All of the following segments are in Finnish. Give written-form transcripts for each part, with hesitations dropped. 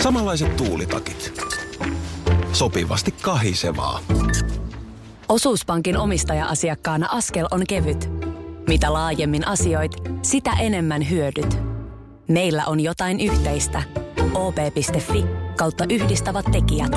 Samanlaiset tuulitakit. Sopivasti kahisevaa. Osuuspankin omistaja-asiakkaana askel on kevyt. Mitä laajemmin asioit, sitä enemmän hyödyt. Meillä on jotain yhteistä. op.fi/yhdistävät tekijät.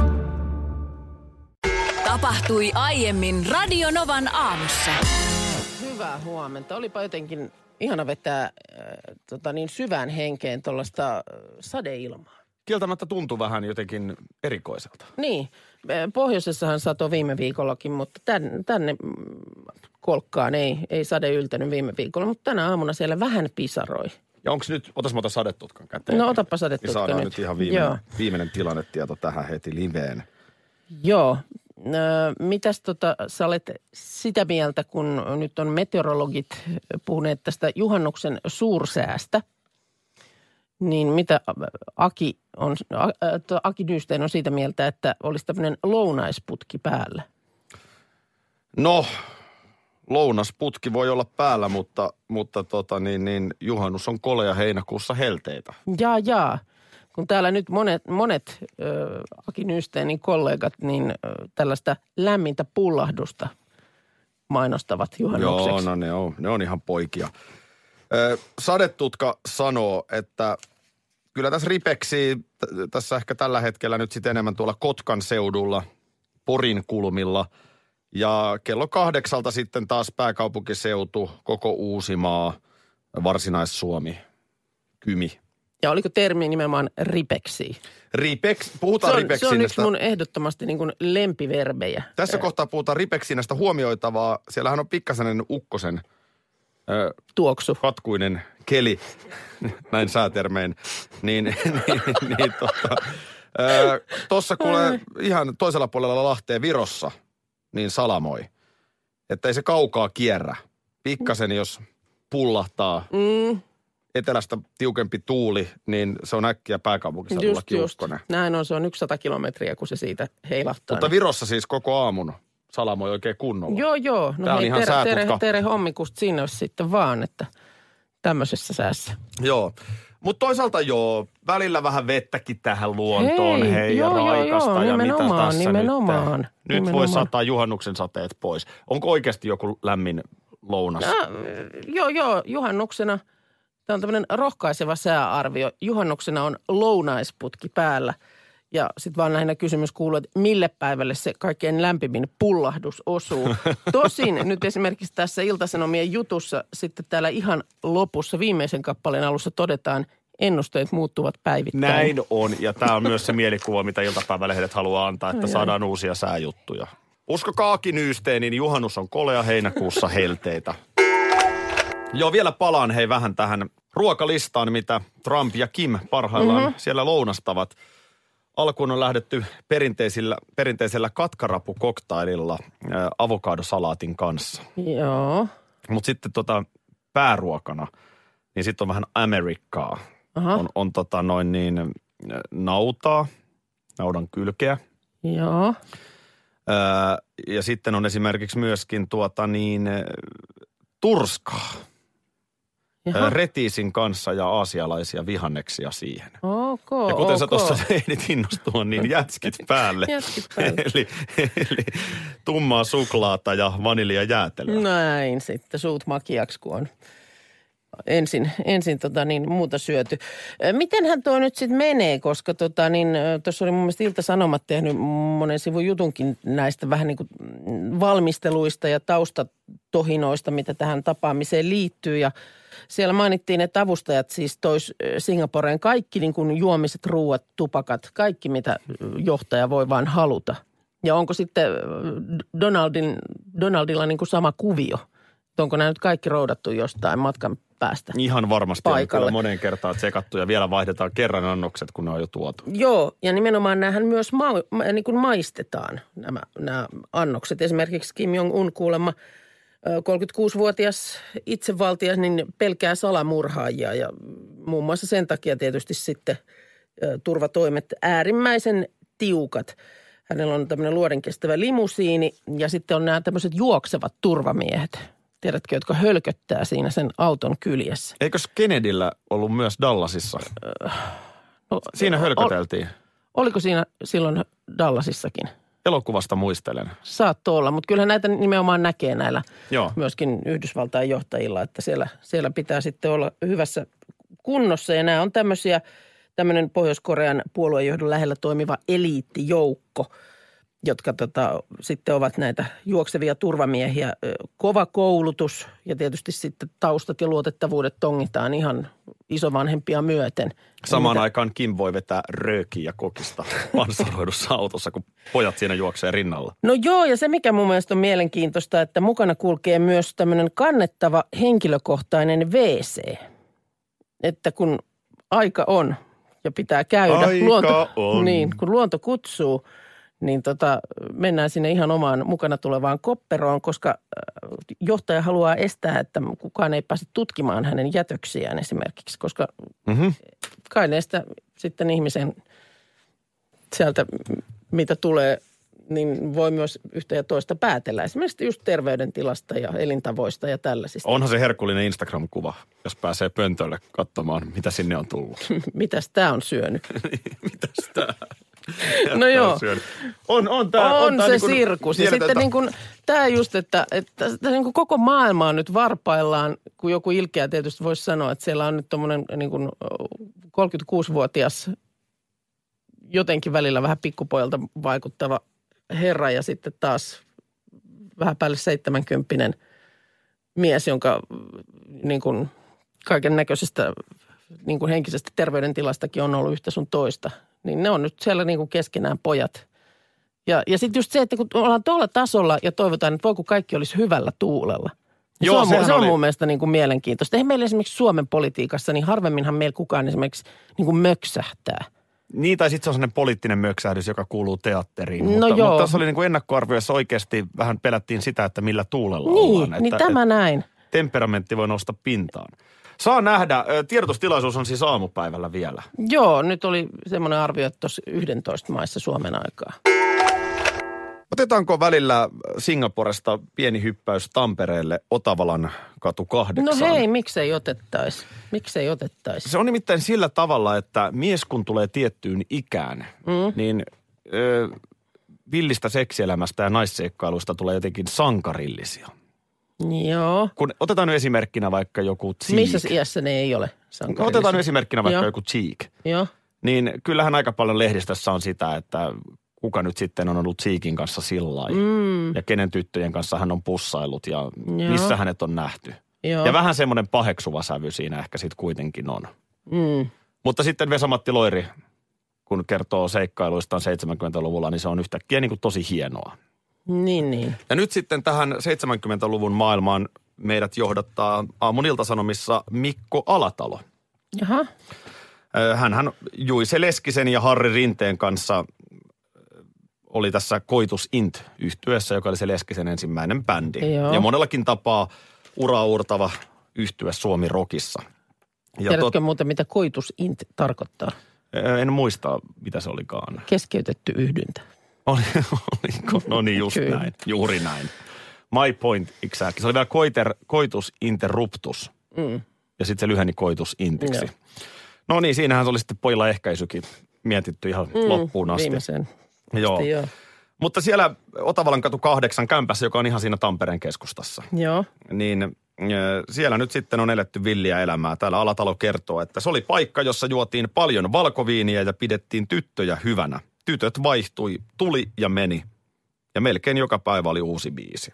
Tapahtui aiemmin Radio Novan aamussa. Hyvää huomenta. Olipa jotenkin ihana vetää syvään henkeen tuollaista sadeilmaa. Kieltämättä tuntuu vähän jotenkin erikoiselta. Niin. Pohjoisessahan satoi viime viikollakin, mutta tänne kolkkaan ei sade yltänyt viime viikolla, mutta tänä aamuna siellä vähän pisaroi. Ja onko nyt, mä otan sadetutkan käteen. No otapa sadetutka niin saadaan nyt ihan viimeinen tilannetieto tähän heti liveen. Joo. Mitäs sä olet sitä mieltä, kun nyt on meteorologit puhuneet tästä juhannuksen suursäästä, niin mitä Aki Nysteen on siitä mieltä, että olisi tämmöinen lounaisputki päällä? No, lounasputki voi olla päällä, mutta juhannus on kolea, heinäkuussa helteitä. Jaa. Kun täällä nyt monet Aki Nysteenin kollegat niin tällaista lämmintä pullahdusta mainostavat juhannukseksi. Joo, no ne on ihan poikia. Sadetutka sanoo, että kyllä tässä ripeksii tässä ehkä tällä hetkellä nyt sitten enemmän tuolla Kotkan seudulla, Porin kulmilla. Ja kello 8 sitten taas pääkaupunkiseutu, koko Uusimaa, Varsinais-Suomi, Kymi. Ja oliko termi nimenomaan ripeksi? Puhutaan ripeksinästä. Se on yksi mun ehdottomasti niin kuin lempiverbejä. Tässä kohtaa puhutaan ripeksinästä huomioitavaa. Siellähän on pikkasen ukkosen tuoksu. Katkuinen keli, näin säätermein. Tuossa kuule ihan toisella puolella Lahteen Virossa, niin salamoi. Että ei se kaukaa kierrä. Pikkasen jos pullahtaa. Etelästä tiukempi tuuli, niin se on äkkiä pääkaupunkiseudullakin ukkonen. Näin on, se on 100 kilometriä, kun se siitä heilahtaa. Mutta Virossa siis koko aamun salamoi oikein kunnolla. Joo. No tää on ihan säätutka. Tere hommikusta sinne sitten vaan, että tämmöisessä säässä. Joo, mutta toisaalta välillä vähän vettäkin tähän luontoon, ja raikasta ja mitä tässä nimenomaan. Nyt voi sataa juhannuksen sateet pois. Onko oikeasti joku lämmin lounas? Joo, juhannuksena. Tämä on tämmöinen rohkaiseva sääarvio. Juhannuksena on lounaisputki päällä. Ja sitten vaan lähinnä kysymys kuuluu, että mille päivälle se kaikkein lämpimin pullahdus osuu. Tosin nyt esimerkiksi tässä Ilta-Sanomien jutussa sitten täällä ihan lopussa viimeisen kappaleen alussa todetaan, ennusteet muuttuvat päivittäin. Näin on, ja tämä on myös se mielikuva, mitä iltapäivälehdet haluaa antaa, että saadaan uusia sääjuttuja. Uskokaa Aki Nysteen, niin juhannus on kolea, heinäkuussa helteitä. Joo, vielä palaan vähän tähän ruokalistaan, mitä Trump ja Kim parhaillaan siellä lounastavat. Alkuun on lähdetty perinteisellä katkarapukoktaililla avokadosalaatin kanssa. Joo. Mutta sitten pääruokana, niin sitten on vähän Amerikkaa. On nautaa, naudan kylkeä. Joo. Ja sitten on esimerkiksi myöskin turskaa. Retiisin kanssa ja aasialaisia vihanneksia siihen. Ja kuten sä tuossa ehdit innostua, niin jätskit päälle. Eli tummaa suklaata ja vaniljajäätelöä. Näin sitten, suut makiaksi, kun on ensin muuta syöty. Mitenhän tuo nyt sitten menee, koska tuossa oli mun mielestä Ilta-Sanomat tehnyt monen sivun jutunkin näistä vähän niin kuin valmisteluista ja taustatohinoista, mitä tähän tapaamiseen liittyy. Ja siellä mainittiin, että avustajat siis tois Singaporeen kaikki niin kuin juomiset, ruuat, tupakat, kaikki mitä johtaja voi vaan haluta. Ja onko sitten Donaldilla niin kuin sama kuvio? Onko nämä nyt kaikki roudattu jostain matkan päästä ihan varmasti paikalle? On kyllä moneen kertaan tsekattu ja vielä vaihdetaan kerran annokset, kun ne on jo tuotu. Joo, ja nimenomaan näähän myös niin kuin maistetaan nämä annokset. Esimerkiksi Kim Jong-un kuulemma 36-vuotias itsevaltias niin pelkää salamurhaajia ja muun muassa sen takia tietysti sitten turvatoimet äärimmäisen tiukat. Hänellä on tämmöinen luodenkestävä limusiini ja sitten on nämä tämmöiset juoksevat turvamiehet. Tiedätkö, jotka hölköttää siinä sen auton kyljessä. Eikös Kennedyllä ollut myös Dallasissa? Siinä hölköteltiin. Oliko siinä silloin Dallasissakin? Elokuvasta muistelen. Saattoi olla, mutta kyllähän näitä nimenomaan näkee näillä Joo. myöskin Yhdysvaltain johtajilla, että siellä pitää sitten olla hyvässä kunnossa. Ja nämä on tämmöinen Pohjois-Korean puoluejohdon lähellä toimiva eliittijoukko, jotka sitten ovat näitä juoksevia turvamiehiä. Kova koulutus ja tietysti sitten taustat ja luotettavuudet tongitaan ihan isovanhempia myöten. Samaan aikaan Kim voi vetää röökiä ja kokista panssaroidussa autossa, kun pojat siinä juoksee rinnalla. No joo, ja se mikä mun mielestä on mielenkiintoista, että mukana kulkee myös tämmöinen kannettava henkilökohtainen WC. Että kun aika on ja pitää käydä, kun luonto kutsuu, niin mennään sinne ihan omaan mukana tulevaan kopperoon, koska johtaja haluaa estää, että kukaan ei pääse tutkimaan hänen jätöksiään esimerkiksi, koska kai näistä sitten ihmisen sieltä, mitä tulee, niin voi myös yhtä ja toista päätellä. Esimerkiksi just terveydentilasta ja elintavoista ja tällaisista. Onhan se herkullinen Instagram-kuva, jos pääsee pöntölle katsomaan, mitä sinne on tullut. Mitäs tää on syönyt? Mitäs tää? No joo. On se niin kuin, sirkus. Ja sitten niin kuin, tämä just, että niin kuin koko maailmaa nyt varpaillaan, kun joku ilkeä tietysti voisi sanoa, että siellä on nyt tommoinen niin kuin 36-vuotias, jotenkin välillä vähän pikkupojalta vaikuttava herra ja sitten taas vähän päälle 70 mies, jonka niin kuin kaiken näköisestä niin kuin henkisestä terveydentilastakin on ollut yhtä sun toista. Niin ne on nyt siellä niin kuin keskenään pojat. Ja sitten just se, että kun ollaan tuolla tasolla ja toivotaan, että voi kun kaikki olisi hyvällä tuulella. Joo, se on mun mielestä niin kuin mielenkiintoista. Eihän meillä esimerkiksi Suomen politiikassa, niin harvemminhan meillä kukaan esimerkiksi niin kuin möksähtää. Niin, tai sitten se on sellainen poliittinen möksähdys, joka kuuluu teatteriin. No mutta tässä oli niin kuin ennakkoarvioissa oikeasti vähän pelättiin sitä, että millä tuulella ollaan. Niin tämä näin. Temperamentti voi nousta pintaan. Saa nähdä. Tiedotustilaisuus on siis aamupäivällä vielä. Joo, nyt oli semmoinen arvio, että tuossa 11 maissa Suomen aikaa. Otetaanko välillä Singaporesta pieni hyppäys Tampereelle Otavalan katu 8? No hei, miksei otettaisi? Se on nimittäin sillä tavalla, että mies kun tulee tiettyyn ikään, niin villistä seksielämästä ja naisseikkailusta tulee jotenkin sankarillisia. Joo. Kun otetaan nyt esimerkkinä vaikka joku Cheek. Missä iässä ne ei ole sankarillisia? Otetaan nyt esimerkkinä vaikka joku Cheek. Joo. Niin kyllähän aika paljon lehdistössä on sitä, että kuka nyt sitten on ollut Cheekin kanssa sillain. Ja kenen tyttöjen kanssa hän on pussaillut ja missä hänet on nähty. Joo. Ja vähän semmoinen paheksuva sävy siinä ehkä sitten kuitenkin on. Mutta sitten Vesa-Matti Loiri, kun kertoo seikkailuistaan 70-luvulla, niin se on yhtäkkiä niin kuin tosi hienoa. Niin. Ja nyt sitten tähän 70-luvun maailmaan meidät johdattaa aamun Ilta-Sanomissa Mikko Alatalo. Jaha. Hänhän Juise Leskisen ja Harri Rinteen kanssa oli tässä Koitus Int-yhtyeessä, joka oli se Leskisen ensimmäinen bändi. Joo. Ja monellakin tapaa uraurtava yhtye Suomi Rockissa. Tiedätkö muuten, mitä Koitus Int tarkoittaa? En muista, mitä se olikaan. Keskeytetty yhdyntä. Oliko? No niin, just näin. Juuri näin. My point exactly. Se oli vielä Koitus Interruptus. Ja sitten se lyheni Koitus Intiksi. No niin, siinähän se oli sitten pojilla ehkäisykin mietitty ihan loppuun asti. Viimeisen. Joo. Mutta siellä Otavalan katu 8 kämpässä, joka on ihan siinä Tampereen keskustassa. Joo. Niin siellä nyt sitten on eletty villiä elämää. Täällä Alatalo kertoo, että se oli paikka, jossa juotiin paljon valkoviiniä ja pidettiin tyttöjä hyvänä. Tytöt vaihtui, tuli ja meni. Ja melkein joka päivä oli uusi biisi.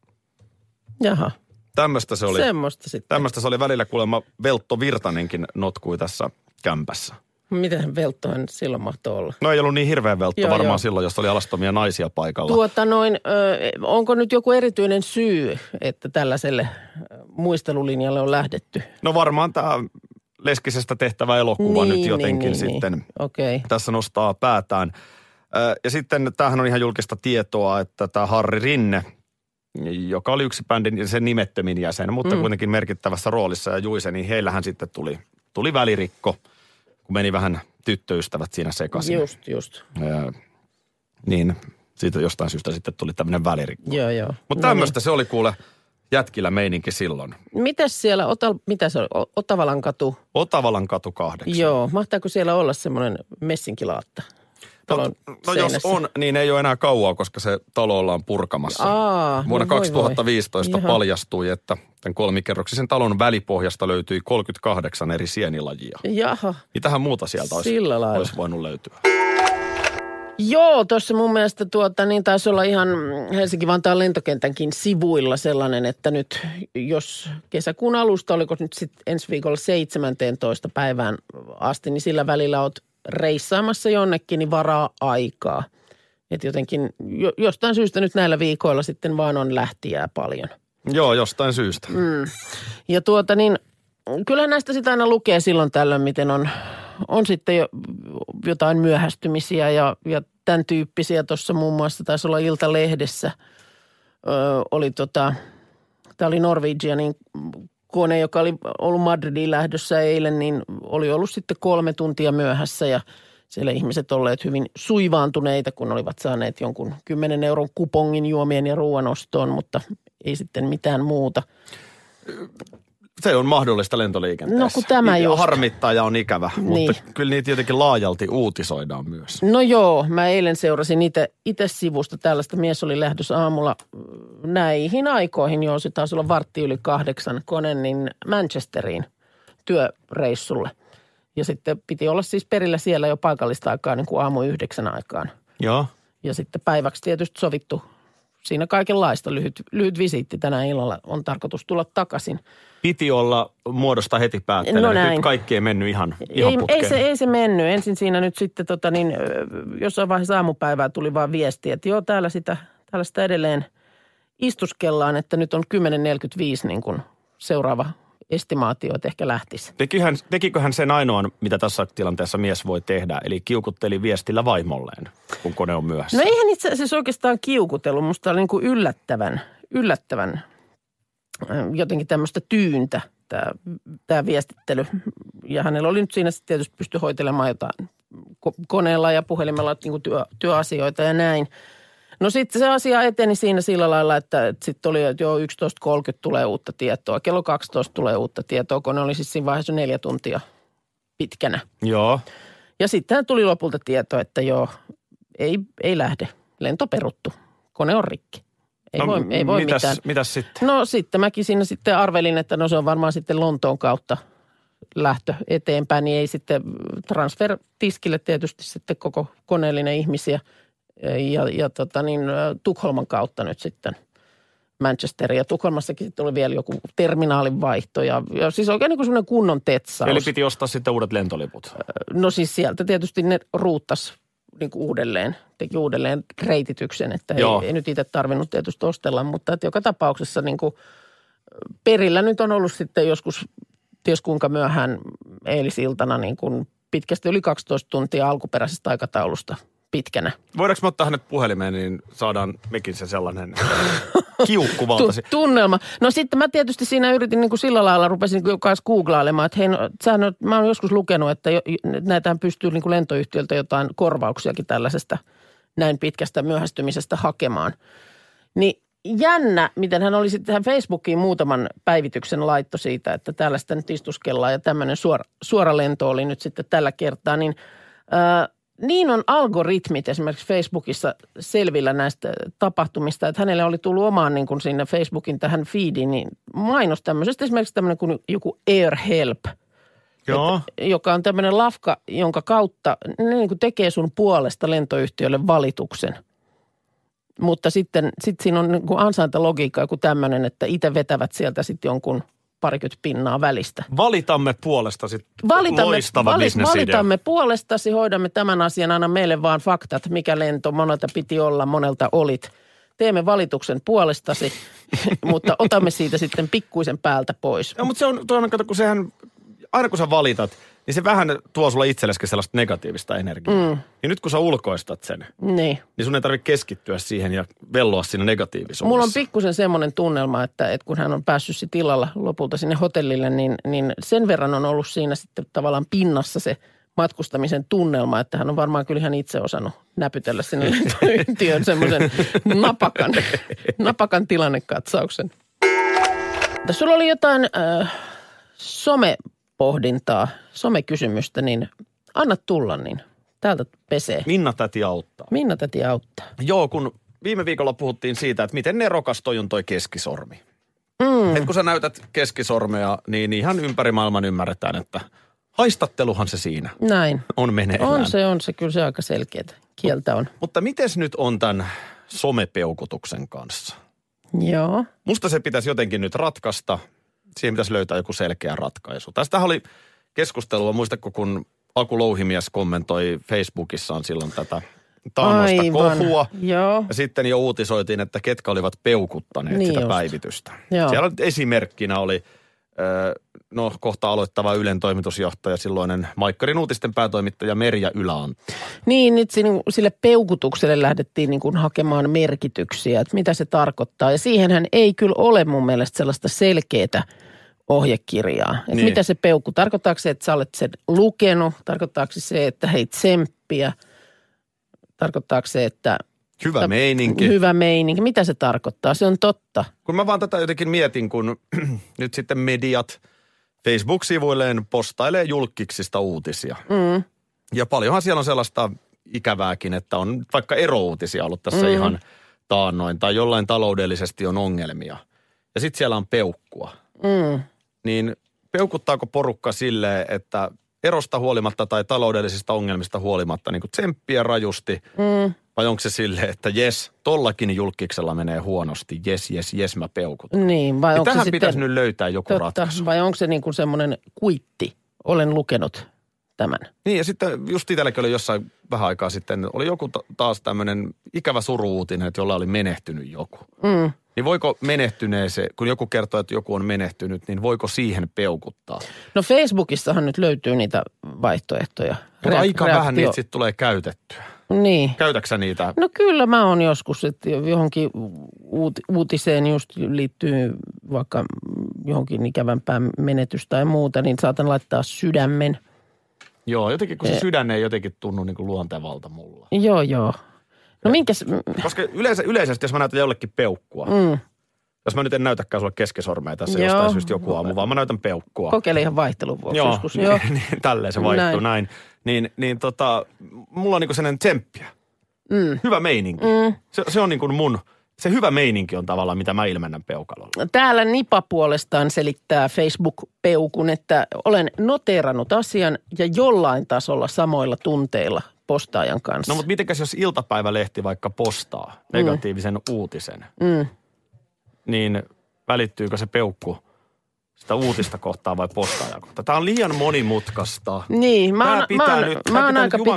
Jaha. Tämmöistä se oli. Semmoista sitten. Tämmöistä se oli välillä kuulemma Veltto Virtanenkin notkui tässä kämpässä. Miten velttohan silloin mahtoi olla? No ei ollut niin hirveän veltto varmaan silloin, jos oli alastomia naisia paikalla. Onko nyt joku erityinen syy, että tällaiselle muistelulinjalle on lähdetty? No varmaan tämä Leskisestä tehtävä elokuva nyt jotenkin sitten tässä nostaa päätään. Ja sitten tämähän on ihan julkista tietoa, että tämä Harri Rinne, joka oli yksi bändin sen nimettömin jäsen, mutta kuitenkin merkittävässä roolissa ja Juise, niin heillähän sitten tuli välirikko, kun meni vähän tyttöystävät siinä sekaisin. Just. Niin, siitä jostain syystä sitten tuli tämmöinen välirikko. Joo. Mutta tämmöistä se oli kuule jätkillä meininki silloin. Mitäs siellä, mitä se oli, Otavalan katu? Otavalan katu 8. Joo, mahtaako siellä olla semmoinen messinkilaatta? talon No jos on, niin ei ole enää kauaa, koska se talo ollaan purkamassa. Vuonna 2015 paljastui, että tämän 3-kerroksisen talon välipohjasta löytyi 38 eri sienilajia. Jaha. Mitähän muuta sieltä olisi voinut löytyä? Joo, tuossa mun mielestä niin taisi olla ihan Helsinki-Vantaan lentokentänkin sivuilla sellainen, että nyt jos kesäkuun alusta, oliko nyt sitten ensi viikolla 17. päivään asti, niin sillä välillä oot reissaamassa jonnekin, niin varaa aikaa. Että jotenkin jostain syystä nyt näillä viikoilla sitten vaan on lähtijää paljon. Joo, jostain syystä. Ja kyllähän näistä sitä aina lukee silloin tällöin, miten on sitten jotain myöhästymisiä ja tämän tyyppisiä. Tuossa muun muassa taisi olla Iltalehdessä, oli tämä oli Norwegianin kone, joka oli ollut Madridiin lähdössä eilen, niin oli ollut sitten 3 tuntia myöhässä ja siellä ihmiset olleet hyvin suivaantuneita, kun olivat saaneet jonkun 10 euron kupongin juomien ja ruoan ostoon, mutta ei sitten mitään muuta. Se on mahdollista lentoliikenteessä. No kun tämä just. Harmittaa ja on ikävä, niin. Mutta kyllä niitä jotenkin laajalti uutisoidaan myös. No joo, mä eilen seurasin itse sivusta tällaista. Mies oli lähdössä aamulla näihin aikoihin, joo se taisi olla 7:15 kone, niin Manchesteriin työreissulle. Ja sitten piti olla siis perillä siellä jo paikallista aikaa niin kuin aamu 9 aikaan. Joo. Ja sitten päiväksi tietysti sovittu siinä kaikenlaista. Lyhyt visiitti tänä illalla on tarkoitus tulla takaisin. Piti olla muodosta heti päätteellä. No näin. Nyt kaikki ei mennyt ihan putkeen. Ei se mennyt. Ensin siinä nyt sitten jossain vaiheessa aamupäivää tuli vaan viesti, että joo täällä sitä edelleen istuskellaan, että nyt on 10:45 niin kuin seuraava estimaatio, että ehkä lähtisi. Tekiköhän sen ainoan, mitä tässä tilanteessa mies voi tehdä, eli kiukutteli viestillä vaimolleen, kun kone on myöhässä? No eihän itse asiassa oikeastaan kiukutellut. Musta oli niin kuin yllättävän jotenkin tämmöistä tyyntä tämä viestittely. Ja hänellä oli nyt siinä sitten tietysti pysty hoitelemaan jotain koneella ja puhelimella niin kuin työasioita ja näin. No sitten se asia eteni siinä sillä lailla, että sitten oli, että joo 11:30 tulee uutta tietoa, kello 12 tulee uutta tietoa, kone oli siis siinä vaiheessa 4 tuntia pitkänä. Joo. Ja sitten tuli lopulta tieto, että joo, ei lähde, lento peruttu, kone on rikki. Ei voi mitään. Mitäs sitten? No sitten mäkin siinä sitten arvelin, että no se on varmaan sitten Lontoon kautta lähtö eteenpäin, niin ei sitten transfer-tiskille tietysti sitten koko koneellinen ihmisiä. Ja Tukholman kautta nyt sitten Manchesterin. Ja Tukholmassakin sitten oli vielä joku terminaalin vaihto. Ja siis oikein niin kuin semmoinen kunnon tetsaus. Eli piti ostaa sitten uudet lentoliput? No siis sieltä tietysti ne ruuttas niin kuin teki uudelleen reitityksen. Että ei nyt itse tarvinnut tietysti ostella, mutta että joka tapauksessa niin kuin perillä nyt on ollut sitten joskus ties kuinka myöhään eilisiltana niin kuin pitkästi yli 12 tuntia alkuperäisestä aikataulusta pitkänä. Voidaanko me ottaa hänet puhelimeen, niin saadaan mekin se sellainen kiukkuvaltasi. Tunnelma. No sitten mä tietysti siinä yritin niin kuin sillä lailla, rupesin jokaisen googlailemaan, että hei, mä oon joskus lukenut, että näitähän pystyy niin kuin lentoyhtiöltä jotain korvauksiakin tällaisesta näin pitkästä myöhästymisestä hakemaan. Niin jännä, miten hän oli sitten Facebookiin muutaman päivityksen laitto siitä, että tällaista nyt istuskellaan ja tämmöinen suora lento oli nyt sitten tällä kertaa, niin on algoritmit esimerkiksi Facebookissa selvillä näistä tapahtumista, että hänelle oli tullut omaan niin kuin sinne Facebookin tähän feediin niin mainos tämmöisestä, esimerkiksi tämmöinen kuin joku AirHelp, joka on tämmöinen lafka, jonka kautta ne niin kuin tekee sun puolesta lentoyhtiölle valituksen. Mutta sitten siinä on niin kuin ansaintalogiikka joku tämmöinen, että itse vetävät sieltä sitten jonkun 20% välistä. Valitamme puolestasi. Loistava bisnesidea. Valitamme puolestasi, hoidamme tämän asian, anna meille vaan faktat, mikä lento monelta piti olla, monelta olit. Teemme valituksen puolestasi, mutta otamme siitä sitten pikkuisen päältä pois. No, mutta se on, kun sehän, aina kun sä valitat, niin se vähän tuo sulla itselleskin sellaista negatiivista energiaa. Ja nyt kun sä ulkoistat sen, niin sun ei tarvitse keskittyä siihen ja velloa siinä negatiivisuudessa. Mulla on pikkusen semmoinen tunnelma, että kun hän on päässyt sitten illalla lopulta sinne hotellille, niin sen verran on ollut siinä sitten tavallaan pinnassa se matkustamisen tunnelma, että hän on varmaan kyllä ihan itse osannut näpytellä sinne lentoyhtiön semmoisen napakan tilannekatsauksen. Tässä sulla oli jotain somepohdintaa, somekysymystä, niin anna tulla, niin Täältä pesee. Minna täti auttaa. Minna täti auttaa. Joo, kun viime viikolla puhuttiin siitä, että miten nerokas on toi keskisormi. Et kun sä näytät keskisormea, niin ihan ympäri maailman ymmärretään, että haistatteluhan se siinä Näin. on meneillään. On se. Kyllä se aika selkeätä kieltä on. Mutta mites nyt on tämän somepeukutuksen kanssa? Joo. Musta se pitäisi jotenkin nyt ratkaista. Siihen pitäisi löytää joku selkeä ratkaisu. Tästähän oli keskustelua, muistatko kun Aku Louhimies kommentoi Facebookissaan silloin tätä taannoista kohua. Joo. Ja sitten jo uutisoitiin, että ketkä olivat peukuttaneet niin sitä just. päivitystä. Joo. Siellä esimerkkinä oli kohta aloittava Ylen toimitusjohtaja, silloinen Maikkarin uutisten päätoimittaja Merja Ylä-Anttila. Niin, nyt sille peukutukselle lähdettiin niin kuin hakemaan merkityksiä, että mitä se tarkoittaa. Ja siihenhän ei kyllä ole mun mielestä sellaista selkeää ohjekirjaa. Että niin. Mitä se peukku, tarkoittaako se, että sä olet sen lukenut? Tarkoittaako se, että hei tsemppiä? Tarkoittaako se, että... Hyvä meininki. Hyvä meininki. Mitä se tarkoittaa? Se on totta. Kun mä vaan tätä jotenkin mietin, kun nyt sitten mediat Facebook-sivuilleen postailee julkiksista uutisia. Ja paljonhan siellä on sellaista ikävääkin, että on vaikka erouutisia ollut tässä ihan taannoin. Tai jollain taloudellisesti on ongelmia. Ja sitten siellä on peukkua. Niin peukuttaako porukka silleen, että erosta huolimatta tai taloudellisista ongelmista huolimatta niin kuin tsemppiä rajusti? Vai onko se silleen, että jes, tollakin julkiksella menee huonosti, jes, mä peukutan. Niin, vai onko tähän se pitäisi sitten, nyt löytää joku ratkaisu. Vai onko se niin kuin semmoinen kuitti? Olen lukenut tämän. Niin, ja sitten just itselläkin oli jossain vähän aikaa sitten, oli joku taas tämmöinen ikävä suru-uutinen, että jolla oli menehtynyt joku. Niin voiko menehtyneeseen, kun joku kertoo, että joku on menehtynyt, niin voiko siihen peukuttaa? No Facebookissahan nyt löytyy niitä vaihtoehtoja. Mutta aika vähän niitä sitten tulee käytettyä. Niin. Käytäksä niitä? No kyllä mä oon joskus, että johonkin uutiseen just liittyy vaikka johonkin ikävämpään menetys tai muuta, niin saatan laittaa sydämen. Joo, jotenkin kun se sydän ei jotenkin tunnu niin kuin luontevalta mulla. Joo. No minkäs... Koska yleisesti, jos mä näytän jollekin peukkua, jos mä nyt en näytäkään sulle keskisormea tässä jostain syystä joku aamu, vaan mä näytän peukkua. Kokeile ihan vaihtelun vuoksi joskus. Joo, niin, tälleen se vaihtuu näin. Niin mulla on niinku sellainen tsemppiä. Hyvä meininki. Se on niin kuin mun... Se hyvä meininki on tavallaan, mitä mä ilmennän peukalolla. Täällä Nipa puolestaan selittää Facebook-peukun, että olen noteerannut asian ja jollain tasolla samoilla tunteilla postaajan kanssa. No mutta mitenkäs jos iltapäivälehti vaikka postaa negatiivisen uutisen, niin välittyykö se peukku sitä uutista kohtaan vai postaajan kohtaan? Tämä on liian monimutkaista. Niin, mä oon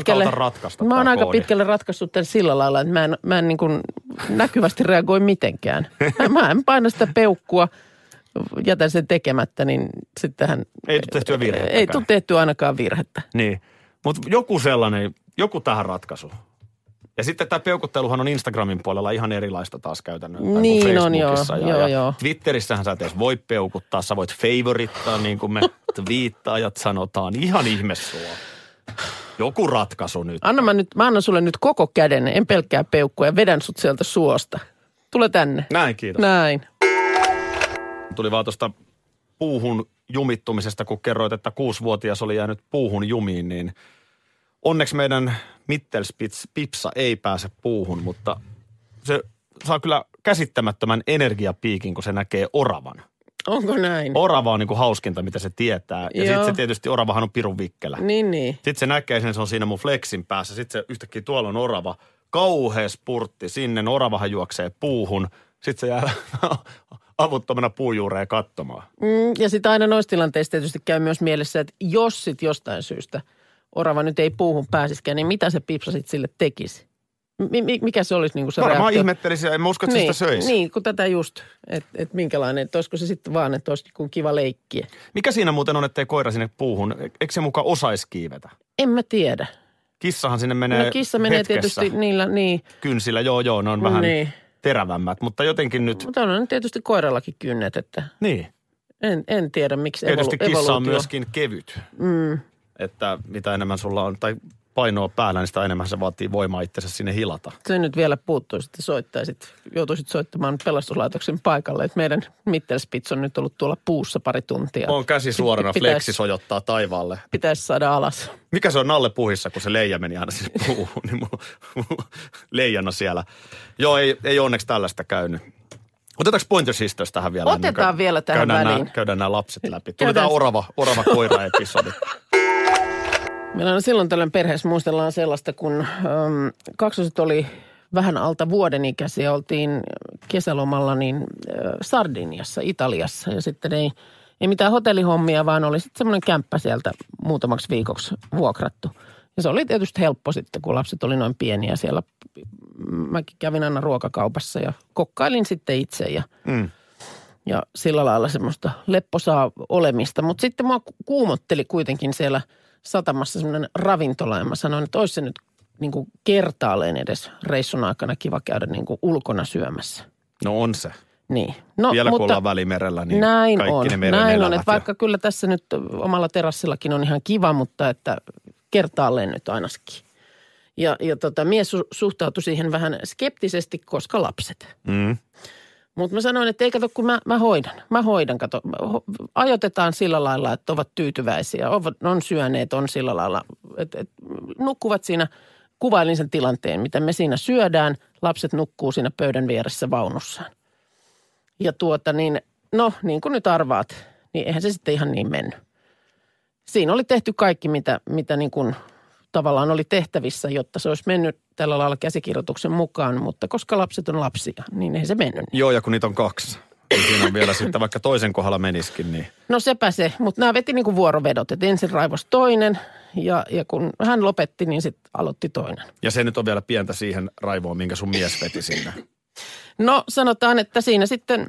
aika pitkälle ratkaissut tämän sillä lailla, että mä en niin kuin näkyvästi reagoi mitenkään. Mä en paina sitä peukkua, jätän sen tekemättä, niin sittenhän... Ei tule tehtyä virhettä. Ei tule tehtyä ainakaan virhettä. Niin, mutta joku tähän ratkaisu. Ja sitten tämä peukutteluhan on Instagramin puolella ihan erilaista taas käytännössä niin kuin Facebookissa. On, joo. Twitterissähän sä et edes voi peukuttaa, sä voit favorittaa niin kuin me twiittaajat sanotaan. Ihan ihme sua. Joku ratkaisu nyt. Mä annan sulle nyt koko käden, en pelkkää peukkua ja vedän sut sieltä suosta. Tule tänne. Näin, kiitos. Näin. Tuli vaan tuosta puuhun jumittumisesta, kun kerroit, että 6-vuotias oli jäänyt puuhun jumiin, niin onneksi meidän Mittelspitz-pipsa ei pääse puuhun, mutta se saa kyllä käsittämättömän energiapiikin, kun se näkee oravan. Onko näin? Orava on niin kuin hauskinta, mitä se tietää. Ja sitten se tietysti, oravahan on pirun vikkelä. Niin. Sitten se näkee sen, se on siinä mun flexin päässä. Sitten se yhtäkkiä tuolla on orava. Kauhea spurtti sinne, oravahan juoksee puuhun. Sitten se jää avuttomana puujuureen katsomaan. Ja sitten aina noissa tilanteissa tietysti käy myös mielessä, että jos sitten jostain syystä orava nyt ei puuhun pääsiskään, niin mitä se pipsa sitten sille tekisi? Mikä se olisi niin kuin se reaktio? Varmaan ihmettelisin ja en mä usko, että sitä söisi. Niin, kun tätä just, että minkälainen, että olisiko se sitten vaan, että olisi kuin kiva leikkiä. Mikä siinä muuten on, ettei koira sinne puuhun? Eikö se muka osaisi kiivetä? En mä tiedä. Kissahan sinne menee kissa menee hetkessä. Tietysti niillä, niin. Kynsillä, joo, ne on vähän terävämmät, mutta jotenkin nyt... Mutta on tietysti koirallakin kynnet, että... Niin. En tiedä, miksi tietysti kissa on myöskin kevyt. Että mitä enemmän sulla on, tai painoa päällä, niin sitä enemmän se vaatii voimaa itsensä sinne hilata. Se nyt vielä puuttuisi, että soittaisit, joutuisit soittamaan pelastuslaitoksen paikalle, että meidän Mittelspitz on nyt ollut tuolla puussa pari tuntia. On käsi suorana, fleksi sojottaa taivaalle. Pitäisi saada alas. Mikä se on Nalle Puhissa, kun se leija meni aina sinne puuhun, niin mulla leijana siellä. Joo, ei onneksi tällaista käynyt. Otetaanko Pointer Sisters tähän vielä? Otetaan vielä tähän väliin. Käydään nämä lapset läpi. Tuli tämä orava koira-episodi. Meillä on silloin tällöin perheessä muistellaan sellaista, kun kaksoset oli vähän alta vuoden ikäisiä. Oltiin kesälomalla niin Sardiniassa, Italiassa ja sitten ei mitään hotellihommia, vaan oli sitten semmoinen kämppä sieltä muutamaksi viikoksi vuokrattu. Ja se oli tietysti helppo sitten, kun lapset oli noin pieniä siellä. Mäkin kävin aina ruokakaupassa ja kokkailin sitten itse ja sillä lailla semmoista lepposaa olemista. Mutta sitten mua kuumotteli kuitenkin siellä satamassa semmoinen ravintola ja mä sanoin, että olisi se nyt niin kuin kertaalleen edes reissun aikana kiva käydä niin kuin ulkona syömässä. No on se. Niin. No, vielä mutta kun ollaan Välimerellä, niin näin kaikki on, ne meren näin on, elävät. että vaikka kyllä tässä nyt omalla terassillakin on ihan kiva, mutta että kertaalleen nyt ainakin. Ja mies suhtautui siihen vähän skeptisesti, koska lapset. Mutta mä sanoin, että ei kato, kun mä hoidan, kato. Ajoitetaan sillä lailla, että ovat tyytyväisiä, on syöneet, on sillä lailla, että nukkuvat siinä. Kuvailin sen tilanteen, mitä me siinä syödään. Lapset nukkuu siinä pöydän vieressä vaunussaan. Ja niin kuin nyt arvaat, niin eihän se sitten ihan niin mennyt. Siinä oli tehty kaikki, mitä niin kuin tavallaan oli tehtävissä, jotta se olisi mennyt tällä lailla käsikirjoituksen mukaan, mutta koska lapset on lapsia, niin ei se mennyt. Joo, ja kun niitä on 2, niin siinä on vielä sitten, vaikka toisen kohdalla menisikin, niin... No sepä se, mutta nämä veti niin kuin vuorovedot, että ensin raivos toinen ja kun hän lopetti, niin sitten aloitti toinen. Ja se nyt on vielä pientä siihen raivoon, minkä sun mies veti sinne. No sanotaan, että siinä sitten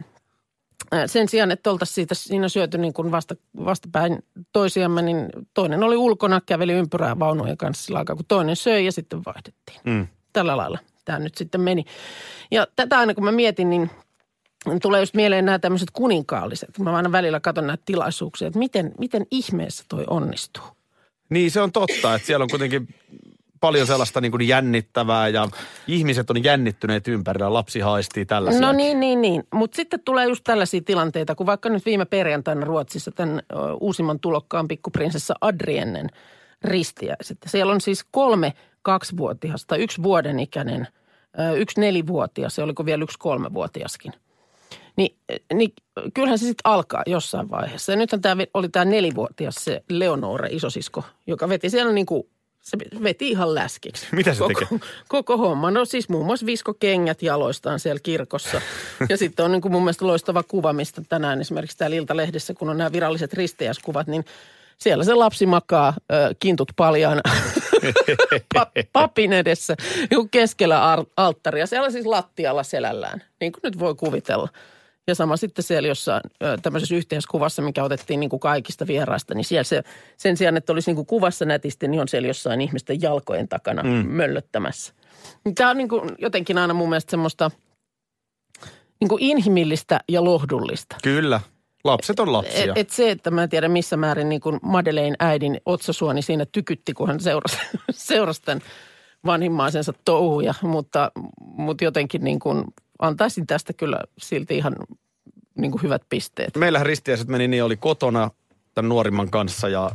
sen sijaan, että oltaisiin siinä syöty niin kuin vastapäin toisiamme, niin toinen oli ulkona, käveli ympyrää vaunujen kanssa sillä aikaa, kun toinen söi ja sitten vaihdettiin. Tällä lailla tämä nyt sitten meni. Ja tätä aina kun mä mietin, niin tulee just mieleen nämä tämmöiset kuninkaalliset. Mä aina välillä katson näitä tilaisuuksia, että miten ihmeessä toi onnistuu. Niin se on totta, että siellä on kuitenkin paljon sellaista niin kuin jännittävää ja ihmiset on jännittyneet ympärillä, lapsi haistii tällaisia. No niin. Mutta sitten tulee just tällaisia tilanteita, kun vaikka nyt viime perjantaina Ruotsissa tämän uusimman tulokkaan pikkuprinsessa Adriennen ristiäiset. Siellä on siis 3 2-vuotiasta, 1 vuoden ikäinen, 1 4-vuotias ja oliko vielä 1 3-vuotiaskin. Niin kyllähän se sitten alkaa jossain vaiheessa. Ja nythän oli tämä 4-vuotias se Leonore isosisko, joka veti siellä niin kuin se veti ihan läskiksi. Mitä se teki? Koko homma. No siis muun muassa visko kengät jaloistaan siellä kirkossa. Ja sitten on niin kuin mun mielestä loistava kuva, mistä tänään esimerkiksi täällä Iltalehdessä, kun on nämä viralliset risteäiskuvat, niin siellä se lapsi makaa kintut paljaan papin edessä niin keskellä alttaria. Siellä siis lattialla selällään, niin kuin nyt voi kuvitella. Ja sama sitten siellä jossain tämmöisessä yhteiskuvassa, mikä otettiin niin kuin kaikista vieraista, niin siellä se, sen sijaan, että olisi niin kuin kuvassa nätisti, niin on siellä jossain ihmisten jalkojen takana möllöttämässä. Tämä on niin kuin jotenkin aina mun mielestä semmoista niin kuin inhimillistä ja lohdullista. Kyllä. Lapset on lapsia. Se, että mä en tiedä missä määrin niin kuin Madeleine äidin otsasuoni siinä tykytti, kun hän seurasi tämän vanhimmaisensa touhuja, mutta jotenkin niin kuin antaisin tästä kyllä silti ihan niin kuin hyvät pisteet. Meillähän ristiäiset meni niin, oli kotona tämän nuorimman kanssa ja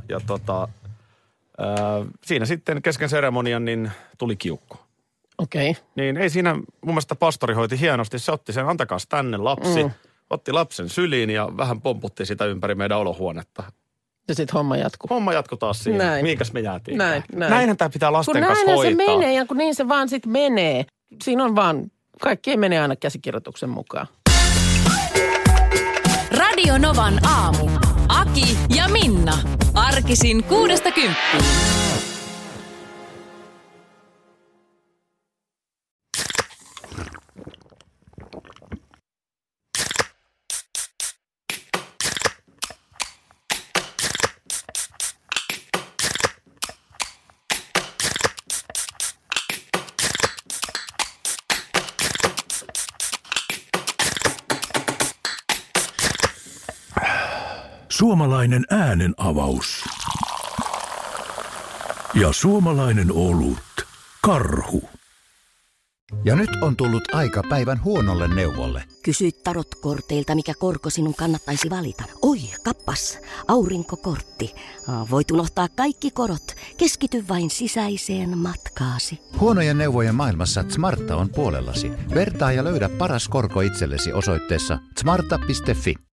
siinä sitten kesken seremonian niin tuli kiukku. Okei. Niin ei siinä, mun mielestä pastori hoiti hienosti, se otti sen, antakaas tänne lapsi, otti lapsen syliin ja vähän pomputti sitä ympäri meidän olohuonetta. Ja sitten homma jatkuu. Homma jatkuu taas siihen. Näin. Mihinkäs me jäätiin? Näin. Näinhän tämä pitää lasten kanssa hoitaa. Kun näinhän se menee ja kun niin se vaan sitten menee. Siinä on vaan, kaikki ei mene aina käsikirjoituksen mukaan. Radio Novan aamu. Aki ja Minna. Arkisin 6–10. Suomalainen äänen avaus. Ja suomalainen olut. Karhu. Ja nyt on tullut aika päivän huonolle neuvolle. Kysy tarotkorteilta, mikä korko sinun kannattaisi valita. Oi, kappas, aurinkokortti. Voit unohtaa kaikki korot. Keskity vain sisäiseen matkaasi. Huonojen neuvojen maailmassa Smarta on puolellasi. Vertaa ja löydä paras korko itsellesi osoitteessa smarta.fi.